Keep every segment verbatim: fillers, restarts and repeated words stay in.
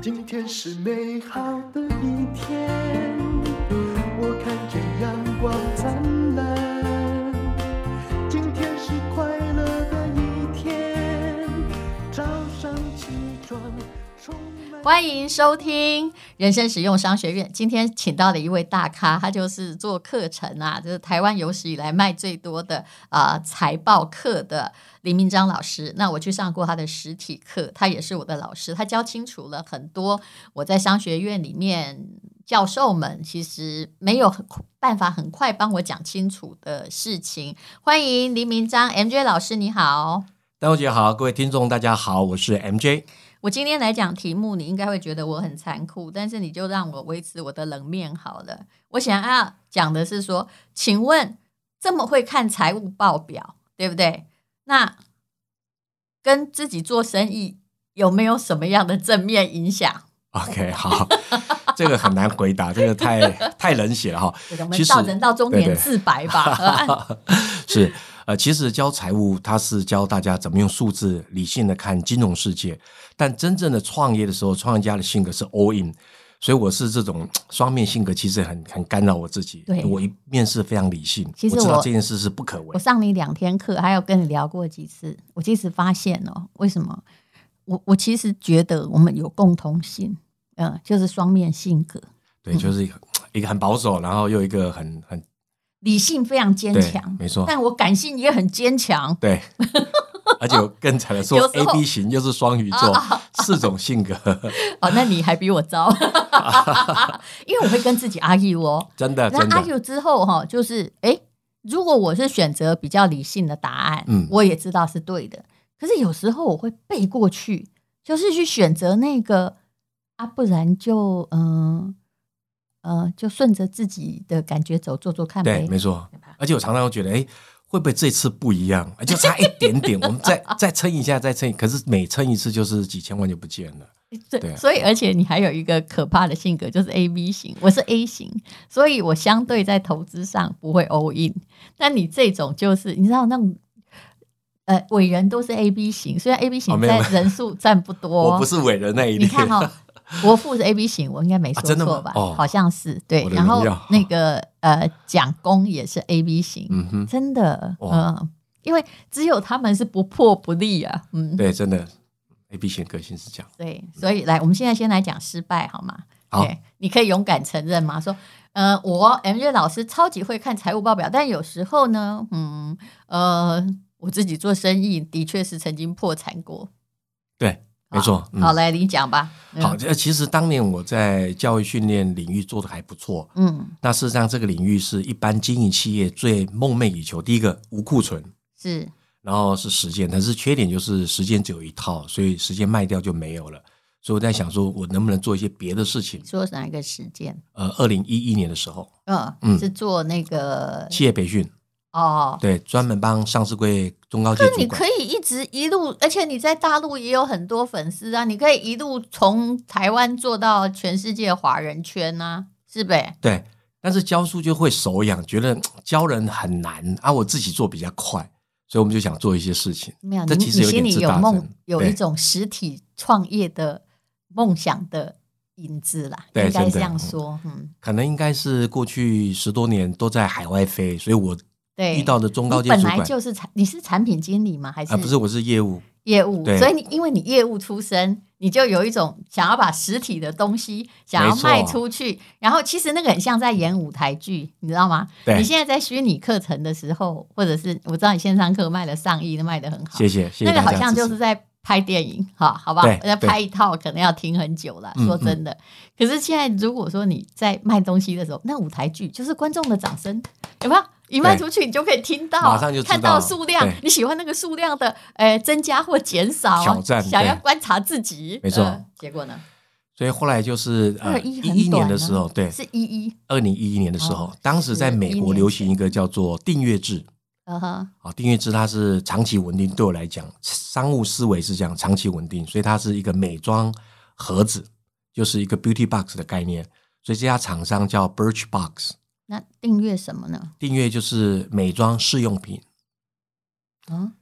今天是美好的一天，我看见阳光灿烂。今天是快乐的一天，早上起床充满。 欢迎收听人生实用商学院。今天请到的一位大咖，他就是做课程啊，就是台湾有史以来卖最多的啊、呃、财报课的林明章老师。那我去上过他的实体课，他也是我的老师，他教清楚了很多我在商学院里面教授们其实没有办法很快帮我讲清楚的事情。欢迎林明章 M J 老师，你好。 大家姐好，各位听众大家好，我是 M J。 我今天来讲题目，你应该会觉得我很残酷，但是你就让我维持我的冷面好了。我想要讲的是说，请问这么会看财务报表，对不对？那跟自己做生意有没有什么样的正面影响 ？OK， 好，这个很难回答，这个太太冷血了哈。 我们到人到中年自白吧。 对对是。呃，其实教财务，它是教大家怎么用数字理性的看金融世界。但真正的创业的时候，创业家的性格是 all in， 所以我是这种双面性格，其实很很干扰我自己。 对， 我一面是非常理性， 其实 我, 我知道这件事是不可为。 我上你两天课，还有跟你聊过几次，我其实发现哦，为什么我我其实觉得我们有共同性，嗯、呃，就是双面性格。 对，就是一个很保守，然后又一个很很。 理性非常坚强， 没错， 但我感性也很坚强。 对，而且我更惨的说 A B 型又是双鱼座，啊、四种性格。 哦，那你还比我糟，因为我会跟自己 argue 哦， 真的。 那 argue 之后哈，就是哎，如果我是选择比较理性的答案，嗯，我也知道是对的。可是有时候我会背过去，就是去选择那个啊，不然就嗯。呃，就顺着自己的感觉走，做做看呗。 对，没错。而且我常常会觉得，哎，会不会这次不一样？就差一点点，我们再再撑一下，再撑一。可是每撑一次就是几千万就不见了。 对，对啊，所以而且你还有一个可怕的性格，就是 A B 型，我是 A 型，所以我相对在投资上不会 all in。但你这种就是你知道那种。呃，伟人都是 A B 型，虽然 A B 型在人数占不多， 哦，我不是伟人那一类。 你看哦，国父是 A B 型，我应该没说错吧？ 啊哦、 好像是对。然后那个呃，蒋公也是 A B 型，嗯哼，真的，嗯、呃，因为只有他们是不破不立啊，嗯， 对，真的 A B 型个性是这样。 对，所以来，我们现在先来讲失败好吗？ 好， 你可以勇敢承认吗？说，呃，我 M J 老师超级会看财务报表，但有时候呢，嗯，呃。我自己做生意的确是曾经破产过。 对，没错。 嗯、好，来你讲吧。 嗯、好，其实当年我在教育训练领域做的还不错。嗯，那事实上这个领域是一般经营企业最梦寐以求。第一个无库存， 是， 然后是时间，但是缺点就是时间只有一套，所以时间卖掉就没有了。所以我在想说，我能不能做一些别的事情？ 说哪一个时间？ 呃，二零一一年的时候， 嗯嗯，是做那个企业培训。 哦， 对，专门帮上市柜中高阶主管。 可你可以一直一路，而且你在大陆也有很多粉丝啊，你可以一路从台湾做到全世界华人圈啊，是呗？ 对，但是教书就会手痒，觉得教人很难啊，我自己做比较快，所以我们就想做一些事情。 没有， 这其实有点自大你心里有梦，有一种实体创业的梦想的影子啦，应该这样说。嗯， 可能应该是过去十多年都在海外飞，所以我。 对， 遇到的中高阶主管， 你本来就是产，你是产品经理吗？还是、 啊、不是，我是业务， 业务。所以你因为你业务出身，你就有一种想要把实体的东西想要卖出去，然后其实那个很像在演舞台剧，你知道吗？你现在在虚拟课程的时候，或者是我知道你线上课卖了上亿，卖得很好， 谢谢，谢谢。 那个好像就是在拍电影，好，好不好？要拍一套可能要听很久了，说真的。嗯嗯，可是现在如果说你在卖东西的时候，那舞台剧就是观众的掌声，有没有？一卖出去，你就可以听到， 马上就知道看到数量，你喜欢那个数量的，呃，增加或减少， 挑战， 想要观察自己， 没错、 呃。结果呢？ 所以后来就是呃一一年的时候，对， 是一一二零一一年的时候，哦、当时在美国流行一个叫做订阅制。 嗯哼， 啊，订阅制它是长期稳定，对我来讲，商务思维是这样，长期稳定，所以它是一个美妆盒子，就是一个 beauty box 的概念，所以这家厂商叫 Birchbox。 那订阅什么呢？ 订阅就是美妆试用品。 嗯，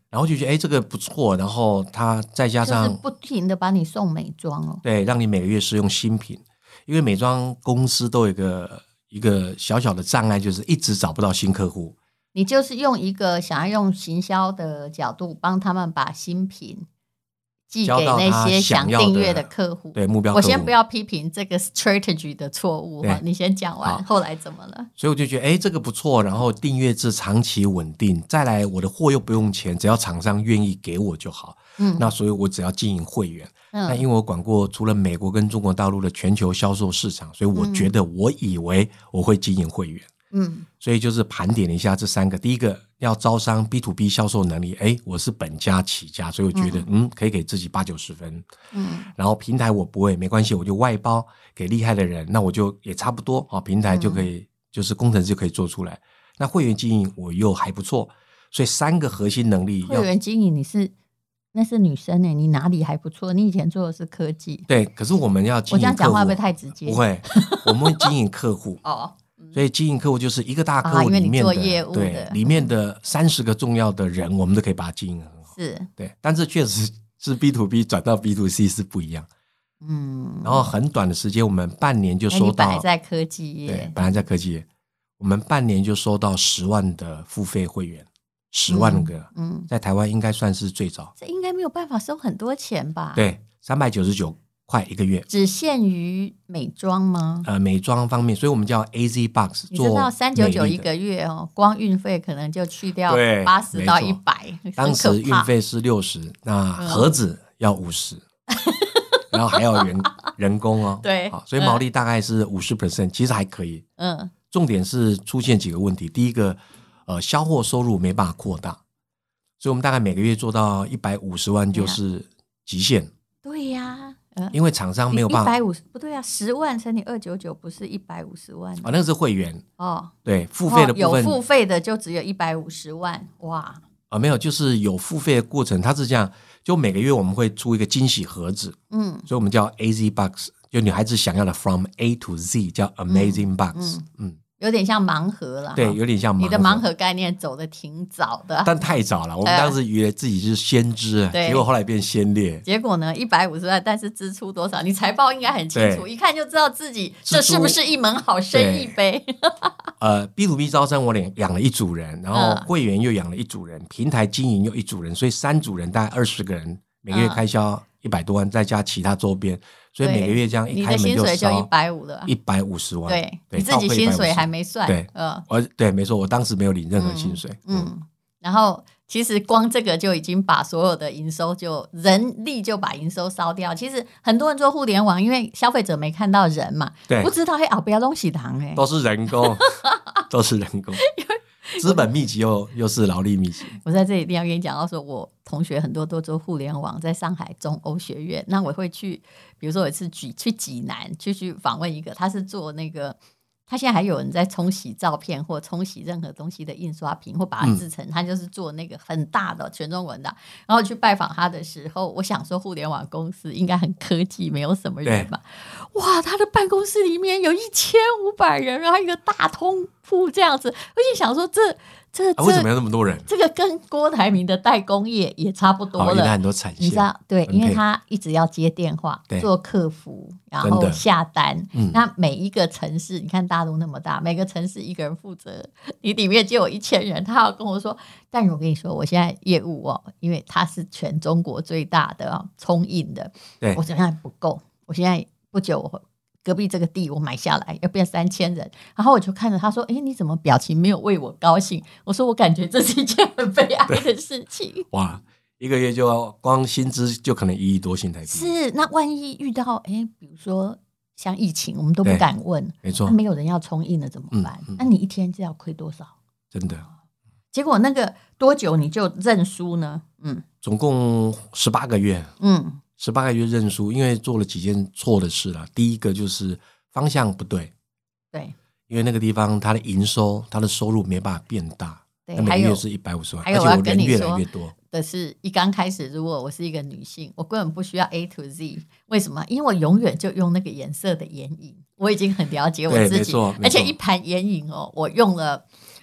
然后就觉得哎这个不错，然后它再加上就是不停的把你送美妆哦， 对，让你每个月试用新品，因为美妆公司都有一个一个小小的障碍，就是一直找不到新客户。 你就是用一个想要用行销的角度帮他们把新品寄给那些想订阅的客户， 对目标客户。 我先不要批评这个 strategy 的错误，你先讲完，后来怎么了？ 所以我就觉得，哎，这个不错，然后订阅制长期稳定，再来我的货又不用钱，只要厂商愿意给我就好。嗯，那所以我只要经营会员。嗯，那因为我管过除了美国跟中国大陆的全球销售市场，所以我觉得我以为我会经营会员。嗯，所以就是盘点了一下这三个，第一个要招商 B to B 销售能力，哎，我是本家起家，所以我觉得 嗯, 嗯可以给自己八九十分。嗯，然后平台我不会没关系，我就外包给厉害的人，那我就也差不多啊，平台就可以、嗯、就是工程师就可以做出来。那会员经营我又还不错，所以三个核心能力。 会员经营你是那是女生耶，你哪里还不错？你以前做的是科技。 对，可是我们要经营客户， 我这样讲话会不会太直接？ 不会，我们会经营客户。哦。所以经营客户就是一个大客户里面的、啊、 业务的对里面的三十个重要的人，我们都可以把它经营很好。 是， 对，但是确实是 B to B 转到 B to C 是不一样。嗯，然后很短的时间，我们半年就收到。 你本来在科技业， 对，本来在科技业，我们半年就收到十万的付费会员，十万个，嗯，嗯在台湾应该算是最早。 这应该没有办法收很多钱吧？ 对，三百九十九。快一个月， 只限于美妆吗？ 呃，美妆方面，所以我们叫 A Z Box 做。 你知道三九九一个月哦，光运费可能就去掉八十到一百。 当时运费是六十，那盒子要五十、嗯，然后还要人人工哦。 对， 好，所以毛利大概是五十 percent， 其实还可以。嗯，重点是出现几个问题，第一个，呃，销货收入没办法扩大，所以我们大概每个月做到一百五十万就是极限。 对呀、啊。 因为厂商没有办法， 一百五十不对啊，十万乘以二百九十九不是一百五十万啊、哦？那个是会员哦，对，付费的部分、 哦、有付费的就只有一百五十万哇！ 啊，没有，就是有付费的过程，它是这样，就每个月我们会出一个惊喜盒子，嗯，所以我们叫 A Z Box， 就女孩子想要的 From A to Z 叫 Amazing Box， 嗯。嗯嗯有点像盲盒啦， 对，有点像盲盒。 你的盲盒概念走得挺早的， 但太早了。我们当时以为自己是先知，结果后来变先烈。 结果呢，一百五十万，但是支出多少？你财报应该很清楚，一看就知道自己这是不是一门好生意呗。 呃 ，B to B 招生我养了一组人，然后会员又养了一组人，平台经营又一组人，所以三组人大概二十个人，每个月开销一百多万，再加其他周边。所以每个月这样一开门就烧，你的薪水就一百五了，一百五十万。 对，对你自己薪水还没算。 对，嗯，我对，没错，我当时没有领任何薪水。 嗯，嗯然后其实光这个就已经把所有的营收就人力就把营收烧掉。其实很多人做互联网，因为消费者没看到人嘛，对，不知道嘿啊，不要东西糖哎， 都是人工，都是人工。资本密集又又是劳力密集。 我在这里一定要跟你讲到说，我同学很多都做互联网，在上海中欧学院。那我会去，比如说有一次去去济南去去访问一个，他是做那个，他现在还有人在冲洗照片或冲洗任何东西的印刷品，或把它制成，嗯、他就是做那个很大的全中文的。然后去拜访他的时候，我想说互联网公司应该很科技，没有什么人吧？哇，他的办公室里面有一千五百人，然后一个大通铺这样子，我就想说这。这啊、为什么有那么多人？ 这个跟郭台铭的代工业也差不多了， 有很多产线， 你知道？对，因为他一直要接电话、做客服，然后下单。嗯、那每一个城市，你看大陆那么大，每个城市一个人负责，你里面就有一千人。他要跟我说，但我跟你说，我现在业务哦，因为他是全中国最大的、哦、冲印的，我现在不够，我现在不久我。隔壁这个地我买下来要变三千人，然后我就看着他说：“哎，你怎么表情没有为我高兴？”我说：“我感觉这是一件很悲哀的事情。” 哇，一个月就要光薪资就可能一亿多新台币。 是，那万一遇到哎，比如说像疫情，我们都不敢问， 没错， 那没有人要冲印了怎么办？嗯嗯、那你一天是要亏多少？ 真的。 结果那个多久你就认输呢？嗯， 总共十八个月。嗯。十八个月认输，因为做了几件错的事了。第一个就是方向不对， 对， 因为那个地方它的营收、它的收入没办法变大， 对， 每个月是一百五十万， 而且我人越来越多。 的是一刚开始，如果我是一个女性，我根本不需要 A to Z， 为什么？因为我永远就用那个颜色的眼影，我已经很了解我自己，而且一盘眼影哦，我用了。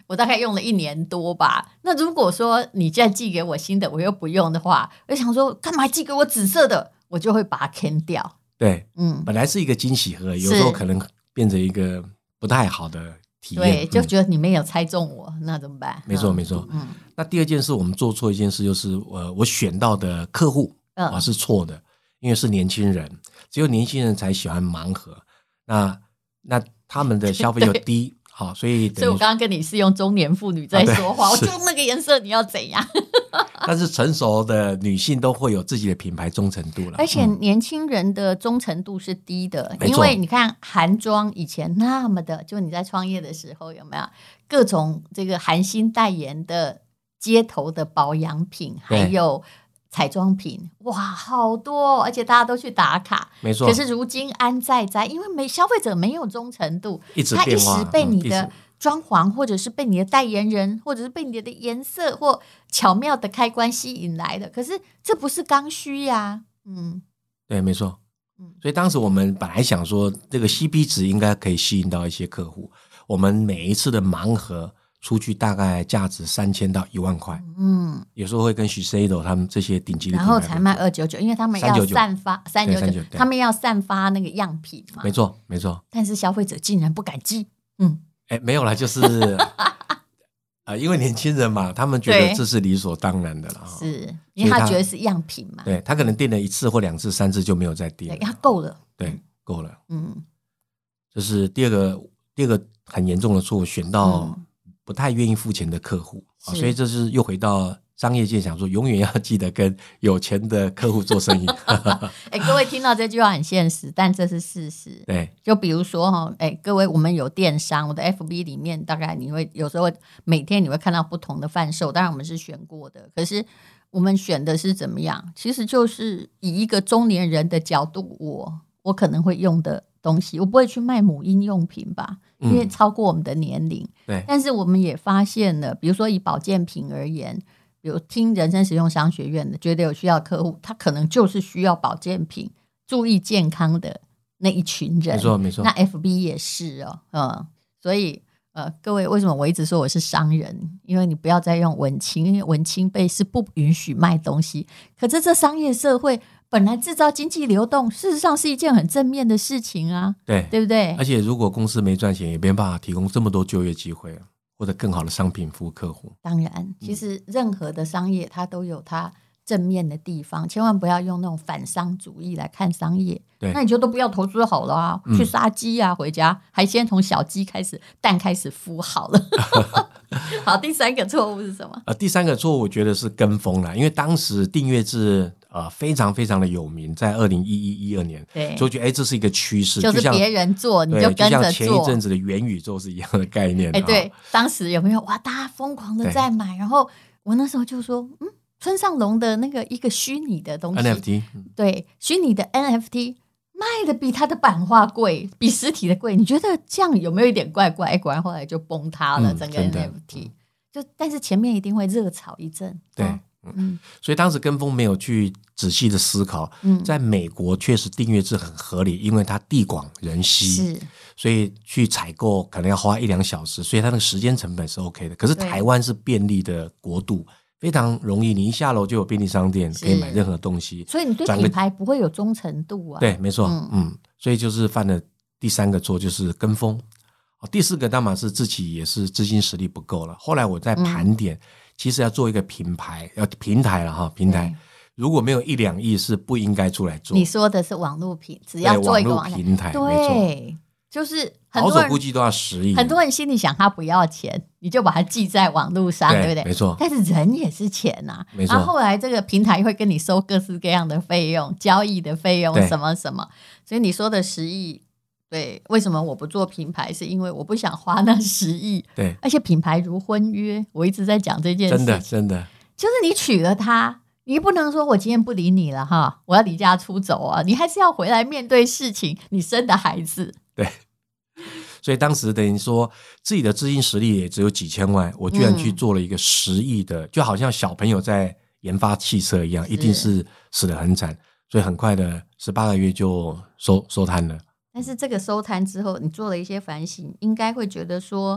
我大概用了一年多吧。那如果说你现在寄给我新的，我又不用的话，我就想说干嘛寄给我紫色的，我就会把它砍掉。 对， 嗯， 本来是一个惊喜盒，有时候可能变成一个不太好的体验， 对，就觉得你没有猜中我，嗯、那怎么办？ 没错，没错。 嗯， 那第二件事，我们做错一件事，就是呃，我选到的客户啊、呃、是错的，因为是年轻人，只有年轻人才喜欢盲盒，那那他们的消费又低，好，所以所以我刚刚跟你是用中年妇女在说话，啊、我就那个颜色，你要怎样？ 但是成熟的女性都会有自己的品牌忠诚度了， 而且年轻人的忠诚度是低的， 嗯、 因为你看韩妆以前那么的，就你在创业的时候有没有各种这个韩星代言的街头的保养品，还有彩妆品，哇，好多、哦，而且大家都去打卡， 没错。 可是如今安在在，因为没消费者没有忠诚度， 一直他一变化时被你嗯、 的装潢，或者是被你的代言人，或者是被你的颜色或巧妙的开关吸引来的，可是这不是刚需呀、啊，嗯， 对，没错。所以当时我们本来想说，这个 C P 值应该可以吸引到一些客户，我们每一次的盲盒出去大概价值三千到一万块，嗯，有时候会跟 Shiseido 他们这些顶级的， 然后才卖二九九，因为他们要散发三九九，他们要散发那个样品嘛， 没错没错。 但是消费者竟然不敢寄，嗯， 哎，没有啦，就是呃，因为年轻人嘛，他们觉得这是理所当然的了， 是因为他觉得是样品嘛， 对他可能订了一次或两次、三次就没有再订了， 他够了， 对，够了， 嗯， 这是第二个第二个很严重的错误，选到不太愿意付钱的客户，嗯、所以这是又回到商业界想说，永远要记得跟有钱的客户做生意。 哎，各位听到这句话很现实，但这是事实。 对， 就比如说哈，哎，各位，我们有电商，我的 F B 里面大概你会有时候每天你会看到不同的贩售，当然我们是选过的，可是我们选的是怎么样？其实就是以一个中年人的角度，我我可能会用的东西，我不会去卖母婴用品吧，因为超过我们的年龄。 对， 但是我们也发现了，比如说以保健品而言。有听人生实用商学院的，觉得有需要的客户，他可能就是需要保健品、注意健康的那一群人。 没错，没错。 那 F B 也是哦，嗯，所以呃，各位，为什么我一直说我是商人？因为你不要再用文青，因为文青辈是不允许卖东西。可是这商业社会本来制造经济流动，事实上是一件很正面的事情啊， 对， 对不对？ 而且如果公司没赚钱，也没办法提供这么多就业机会啊。或者更好的商品服务客户。 当然，其实任何的商业它都有它正面的地方，千万不要用那种反商主义来看商业。 对， 那你就都不要投资好了啊，嗯、去杀鸡啊，回家还先从小鸡开始，蛋开始孵好了。好，第三个错误是什么？ 呃，第三个错误我觉得是跟风啦，因为当时订阅制呃非常非常的有名，在二零一一一二年， 对， 所以觉得哎这是一个趋势， 就是别人做你就跟着做， 就像前一阵子的元宇宙是一样的概念。 哎，对，当时有没有哇？大家疯狂的在买，然后我那时候就说，嗯，村上隆的那个一个虚拟的东西 N F T， 对，虚拟的 N F T。卖的比它的版画贵，比实体的贵，你觉得这样有没有一点怪怪？果然后来就崩塌了，嗯、整个 N F T。就但是前面一定会热炒一阵， 对，哦、嗯，所以当时跟风没有去仔细的思考，嗯，在美国确实订阅制很合理，因为它地广人稀， 是， 所以去采购可能要花一两小时，所以它那个时间成本是 OK 的。可是台湾是便利的国度。非常容易，你一下楼就有便利商店，可以买任何东西， 所以你对品牌不会有忠诚度啊。 对，没错，嗯, 嗯，所以就是犯了第三个错，就是跟风。第四个当然是自己也是资金实力不够了。后来我在盘点，嗯、其实要做一个品牌，要平台了哈，平台如果没有一两亿是不应该出来做。 你说的是网络平，只要做一个网络平台， 对， 没错。 就是很多人保守估计都要十亿， 很多人心里想他不要钱，你就把它记在网络上， 对, 对不对？ 没错。 但是人也是钱呐、啊， 没错。 然后后来这个平台会跟你收各式各样的费用，交易的费用什么什么，所以你说的十亿，对，为什么我不做品牌？是因为我不想花那十亿。 对， 而且品牌如婚约，我一直在讲这件事， 真的真的， 就是你娶了他。你不能说我今天不理你了哈，我要离家出走啊！你还是要回来面对事情，你生的孩子。 对。所以当时等于说自己的资金实力也只有几千万，我居然去做了一个十亿的、嗯、就好像小朋友在研发汽车一样，一定是死得很惨，所以很快的十八个月就收收摊了。 但是这个收摊之后你做了一些反省，应该会觉得说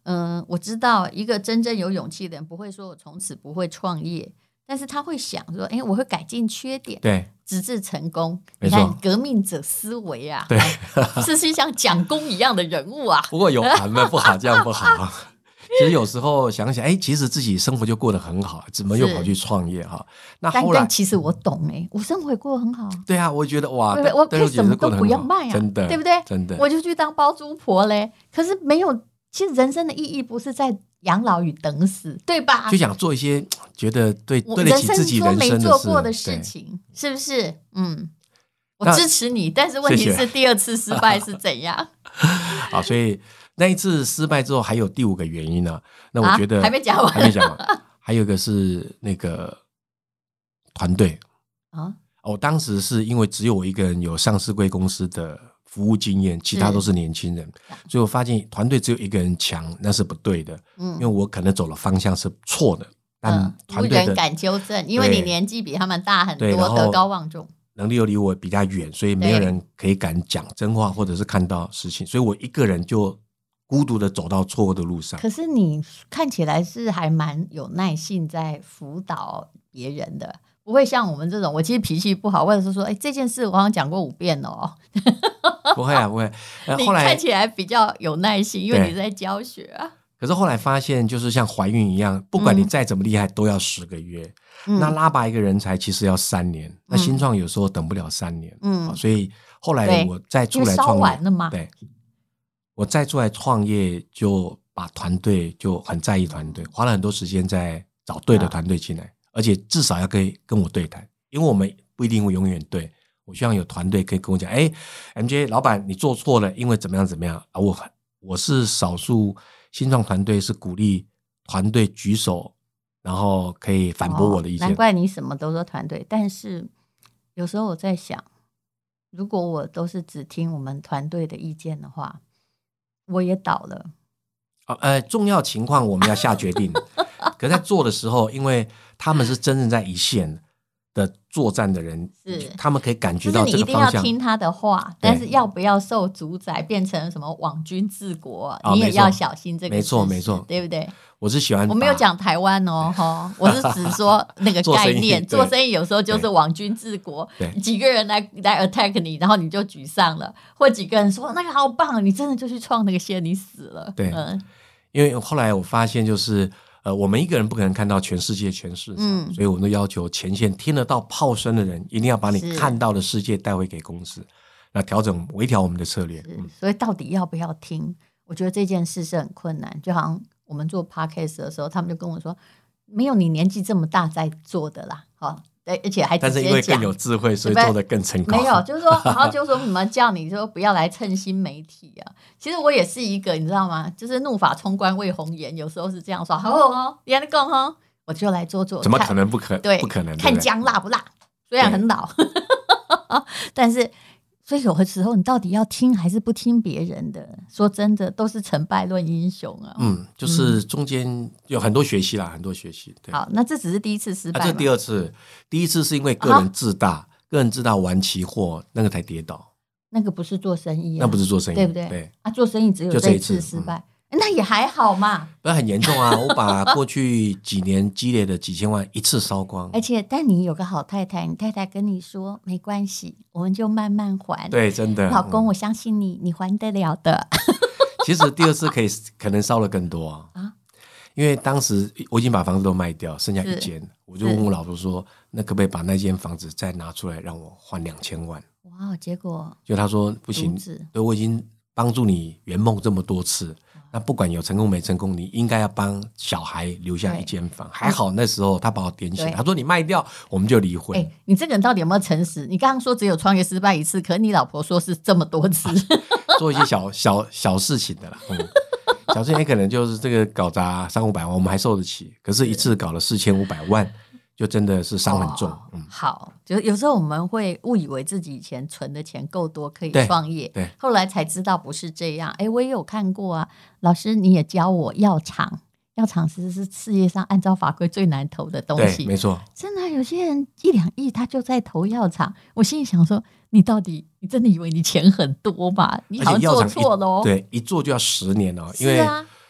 嗯、呃，我知道一个真正有勇气的人不会说我从此不会创业，但是他会想说，哎，我会改进缺点， 对， 直至成功。 没错， 你看革命者思维啊， 对， 是是像蒋公一样的人物啊。 不过有盘嘛，不好，这样不好。其实有时候想想，哎，其实自己生活就过得很好，怎么又跑去创业哈？那后来， 但其实我懂哎、欸，我生活也过得很好。 对啊，我觉得哇， 我可以什么都不要卖啊， 真的， 对不对？ 真的， 我就去当包租婆嘞。可是没有，其实人生的意义不是在养老与等死，对吧？ 就想做一些觉得对对得起自己人生没做过的事情，是不是？嗯，我支持你，但是问题是第二次失败是怎样？ 好，所以那一次失败之后，还有第五个原因呢、啊。那我觉得、 啊、还没讲完， 还没讲完。还有一个是那个团队啊，我当时是因为只有我一个人有上市贵公司的服务经验，其他都是年轻人，所以我发现团队只有一个人强，那是不对的。嗯，因为我可能走的方向是错的，但团队的、 嗯、无人敢纠正，因为你年纪比他们大很多，德高望重。 能力又离我比较远，所以没有人可以敢讲真话，或者是看到事情，所以我一个人就孤独的走到错误的路上。 可是你看起来是还蛮有耐性在辅导别人的，不会像我们这种，我其实脾气不好，或者是说，哎，这件事我好像讲过五遍了哦。 不会啊，不会。呃、 你看起来比较有耐心，因为你在教学啊。 可是后来发现，就是像怀孕一样，不管你再怎么厉害，都要十个月。嗯、那拉拔一个人才其实要三年，嗯、那新创有时候等不了三年。嗯，所以后来我再出来创业， 完了嘛对，我再出来创业，就把团队就很在意团队，花了很多时间在找对的团队进来，嗯、而且至少要可以跟我对谈，因为我们不一定会永远对。我希望有团队可以跟我讲，哎 ，M J 老板，你做错了，因为怎么样怎么样啊？我我是少数。新创团队是鼓励团队举手，然后可以反驳我的意见。 哦、难怪你什么都说团队，但是有时候我在想，如果我都是只听我们团队的意见的话，我也倒了。 哦、呃，重要情况我们要下决定，可在做的时候，因为他们是真正在一线的作战的人，是他们可以感觉到这个方向。 你一定要听他的话，但是要不要受主宰变成什么网军治国，哦、你也要小心这个。 没错，没错， 对不对？ 我是喜欢， 我没有讲台湾哦，哈，我是只说那个概念。做生意有时候就是网军治国，几个人来来 attack 你，然后你就沮丧了，或几个人说那个好棒，你真的就去创那个线，你死了。 对，嗯，因为后来我发现就是。呃，我们一个人不可能看到全世界全市场，嗯、所以我们都要求前线听得到炮声的人一定要把你看到的世界带回给公司，那调整微调我们的策略。 嗯、所以到底要不要听？我觉得这件事是很困难。就好像我们做 podcast 的时候，他们就跟我说，没有你年纪这么大在做的啦，好。而且还直接讲， 但是因为更有智慧，所以做得更成功。 没有，就是说，然后就说什么叫你说不要来蹭新媒体啊。其实我也是一个，你知道吗？就是怒发冲冠为红颜，有时候是这样说。好哦，你来讲哦，我就来做做。 怎么可能不可？ 对， 不可能。 看姜辣不辣？虽然很老，但是。所以有的时候你到底要听还是不听别人的？说真的，都是成败论英雄啊。 嗯，就是中间有很多学习啦，很多学习。对， 好，那这只是第一次失败、啊。 这第二次，第一次是因为个人自大，啊、个人自大玩期货，那个才跌倒。 那个不是做生意、啊， 那不是做生意， 对不对？ 对啊，做生意只有这一次失败。那也还好嘛， 不是很严重啊！我把过去几年积累的几千万一次烧光， 而且但你有个好太太，你太太跟你说没关系，我们就慢慢还。 对，真的， 老公，嗯、我相信你，你还得了的。 其实第二次可以可能烧了更多啊，啊因为当时我已经把房子都卖掉，剩下一间，我就问我老婆说，那可不可以把那间房子再拿出来让我还两千万？ 哇，结果就他说不行，对我已经帮助你圆梦这么多次。那不管有成功没成功，你应该要帮小孩留下一间房。还好那时候他把我点醒，他说你卖掉我们就离婚。 欸、你这个人到底有没有诚实？你刚刚说只有创业失败一次，可是你老婆说是这么多次， 做一些小小小事情的啦。嗯、小事情可能就是这个搞砸三五百万，我们还受得起。可是一次搞了四千五百万。就真的是伤很重、哦嗯、好，就有时候我们会误以为自己以前存的钱够多可以创业， 对，对后来才知道不是这样。哎，我也有看过啊，老师你也教我药厂，药厂其实是世界上按照法规最难投的东西， 对，没错。 真的有些人一两亿他就在投药厂，我心里想说，你到底你真的以为你钱很多吧？你好像做错了哦。 对，一做就要十年哦，因为、啊、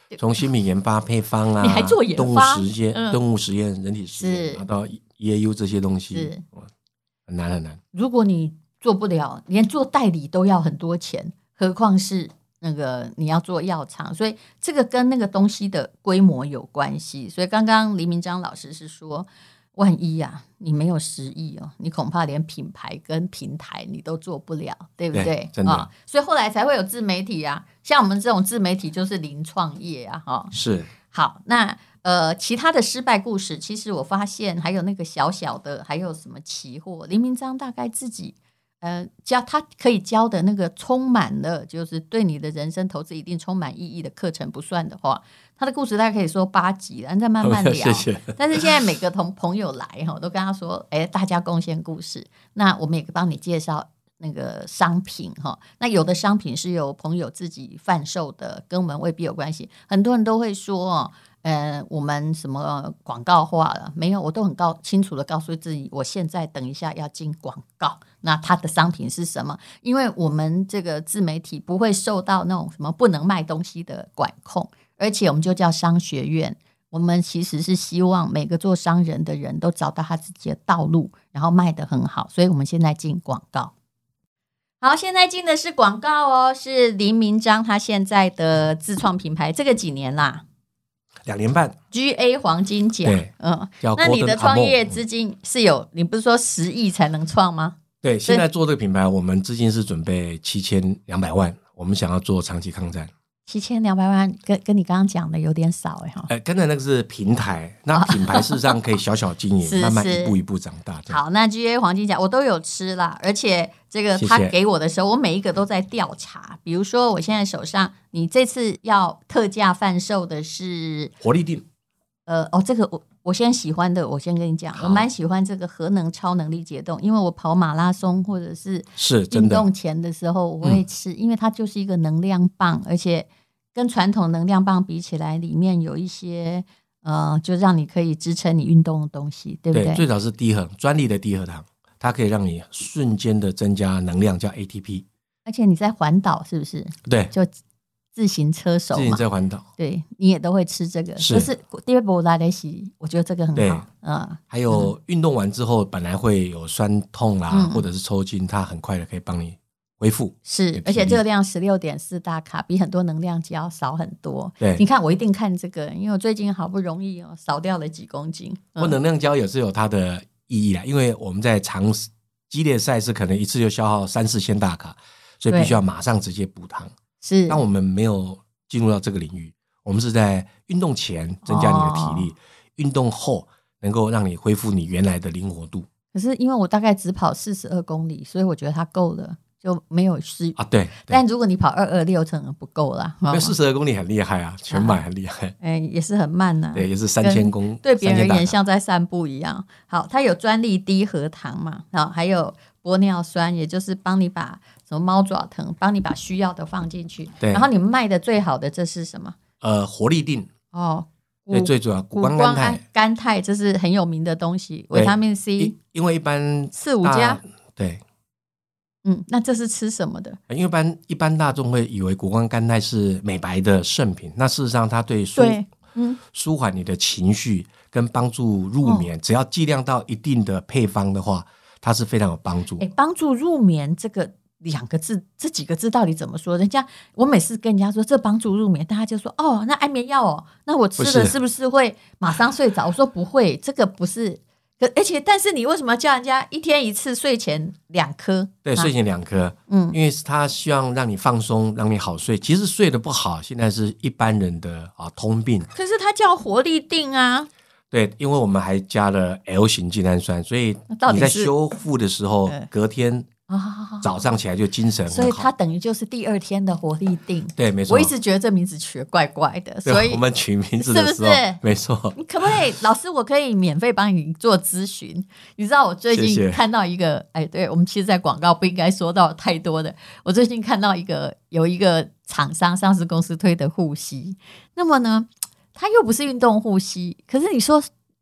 从新品研发、配方啊， 你还做研动物发实验、 嗯动物实验、人体实验，然后到 E A U 这些东西， 是很难很难。 如果你做不了，连做代理都要很多钱，何况是那个你要做药厂，所以这个跟那个东西的规模有关系。所以刚刚黎明章老师是说，万一啊，你没有十亿哦，你恐怕连品牌跟平台你都做不了，对不对？ 对真的、 哦，所以后来才会有自媒体啊，像我们这种自媒体就是零创业啊，哈、哦， 是好，那呃，其他的失败故事，其实我发现还有那个小小的，还有什么期货，黎明章大概自己。呃，教他可以教的那个充满了，就是对你的人生投资一定充满意义的课程不算的话，他的故事大概可以说八集了，再慢慢聊。 谢谢。 但是现在每个同朋友来哈，都跟他说，哎，大家贡献故事，那我们也帮你介绍那个商品哈。那有的商品是由朋友自己贩售的，跟我们未必有关系。很多人都会说哦。呃，我们什么广告化了没有？我都很告清楚的告诉自己，我现在等一下要进广告。那它的商品是什么？因为我们这个自媒体不会受到那种什么不能卖东西的管控，而且我们就叫商学院。我们其实是希望每个做商人的人都找到他自己的道路，然后卖得很好。所以我们现在进广告。好，现在进的是广告哦，是黎明章他现在的自创品牌，这个几年啦？ 两年半 G A 黄金奖， 嗯， 那你的创业资金是有，你不是说十亿才能创吗？ 对，现在做这个品牌，我们资金是准备七千两百万，我们想要做长期抗战。 七千两百万跟跟你刚刚讲的有点少哎哈。 呃，刚才那个是平台，那品牌事实上可以小小经营，慢慢一步一步长大。 好，那 G A 黄金奖我都有吃啦，而且这个他给我的时候，我每一个都在调查。比如说，我现在手上，你这次要特价贩售的是活力定。 呃哦，这个我我先喜欢的，我先跟你讲，我蛮喜欢这个核能超能力解冻，因为我跑马拉松或者是运动前的时候我会吃，因为它就是一个能量棒，而且跟传统能量棒比起来，里面有一些呃，就让你可以支撑你运动的东西，对不对？ 对，最早是低核专利的低核糖，它可以让你瞬间的增加能量，叫 A T P。 而且你在环岛是不是？ 对， 就自行车手嘛， 自行车环岛， 对你也都会吃这个。 是， 就是第二波拉雷西，我觉得这个很好。嗯， 还有运动完之后，本来会有酸痛啦，嗯、或者是抽筋，它很快的可以帮你恢复。 是，而且热量十六点四大卡，比很多能量剂要少很多。 对， 你看我一定看这个，因为我最近好不容易哦少掉了几公斤。 嗯、我能量胶也是有它的意义啦，因为我们在长激烈赛事可能一次就消耗三四千大卡，所以必须要马上直接补糖。 是， 但我们没有进入到这个领域，我们是在运动前增加你的体力，哦、运动后能够让你恢复你原来的灵活度。 可是因为我大概只跑四十二公里，所以我觉得它够了，就没有失啊。对， 但如果你跑二二六，可能不够啦。 因为四十二公里很厉害啊，全马很厉害。 哎、啊欸，也是很慢呐、啊。 对，也是三千公， 对别人而言像在散步一样。好，它有专利低核糖嘛，好，还有玻尿酸，也就是帮你把什么猫爪藤，帮你把需要的放进去。 对， 然后你卖的最好的这是什么？ 呃，活力定哦， 对，最主要谷胱甘肽， 甘肽这是很有名的东西，维他命 C。 因为一般四五加， 对， 嗯，那这是吃什么的？ 因为一般一般大众会以为谷胱甘肽是美白的圣品，那事实上它对舒对嗯舒缓你的情绪跟帮助入眠，哦、只要剂量到一定的配方的话。它是非常有帮助。 哎，帮助入眠这个两个字，这几个字到底怎么说？人家我每次跟人家说这帮助入眠，大家就说哦，那安眠药哦，那我吃了是不是会马上睡着？我说不会，这个不是。而且，但是你为什么要叫人家一天一次睡前两颗？ 对，睡前两颗，嗯，因为他希望让你放松，让你好睡。其实睡得不好，现在是一般人的啊通病。 可是它叫活力定啊。 对，因为我们还加了 L 型精氨酸，所以你在修复的时候，隔天早上起来就精神很好。 所以它等于就是第二天的活力定。 对，没错。 我一直觉得这名字取得怪怪的，所以我们取名字的时候，是不是？没错。 你可不可以，老师，我可以免费帮你做咨询？你知道我最近看到一个，谢谢哎，对我们其实，在广告不应该说到太多的。我最近看到一个有一个厂商上市公司推的护膝，那么呢？它又不是运动护膝，可是你说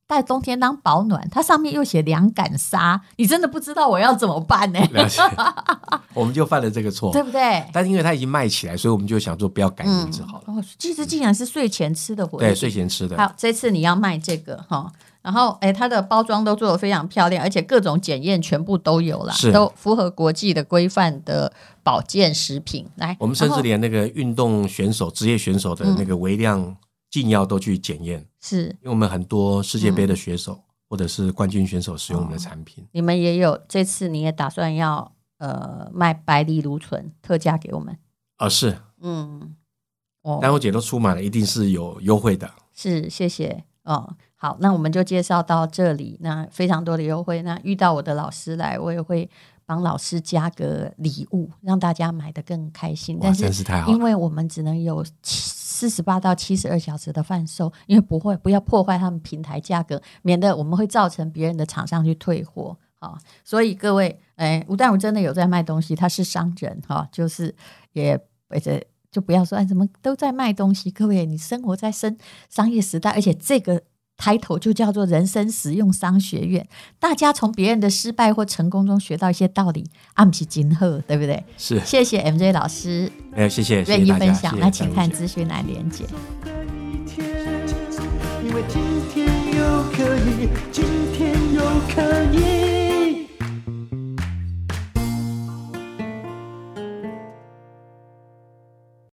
在冬天当保暖，它上面又写凉感纱，你真的不知道我要怎么办呢、 了解，我们就犯了这个错， 对不对？ 但是因为它已经卖起来，所以我们就想说不要改名字好了。 嗯、哦，其实竟然是睡前吃的火力， 对，睡前吃的。 好，这次你要卖这个哈，然后哎，它的包装都做得非常漂亮，而且各种检验全部都有啦，都符合国际的规范的保健食品。来， 我们甚至连那个运动选手、职业选手的那个微量禁药都去检验， 是因为我们很多世界杯的选手、嗯、或者是冠军选手使用我们的产品。哦、 你们也有，这次你也打算要呃卖白藜芦醇特价给我们？ 啊、呃，是， 嗯，哦， 丹红姐都出马了，一定是有优惠的。 是，谢谢哦。好，那我们就介绍到这里。那非常多的优惠，那遇到我的老师来，我也会帮老师加个礼物，让大家买得更开心。但是因为我们只能有四十八到七十二小时的贩售，因为不会不要破坏他们平台价格，免得我们会造成别人的厂商去退货。好，所以各位，哎，吴淡如真的有在卖东西，他是商人哈，就是也而且就不要说哎怎么都在卖东西。各位，你生活在生商业时代，而且这个title就叫做人生实用商学院，大家从别人的失败或成功中学到一些道理，啊不是真好，对不对？ 是， 谢谢 M J 老师， 没有谢谢， 愿意分享， 谢谢那请看资讯栏连结。 因为今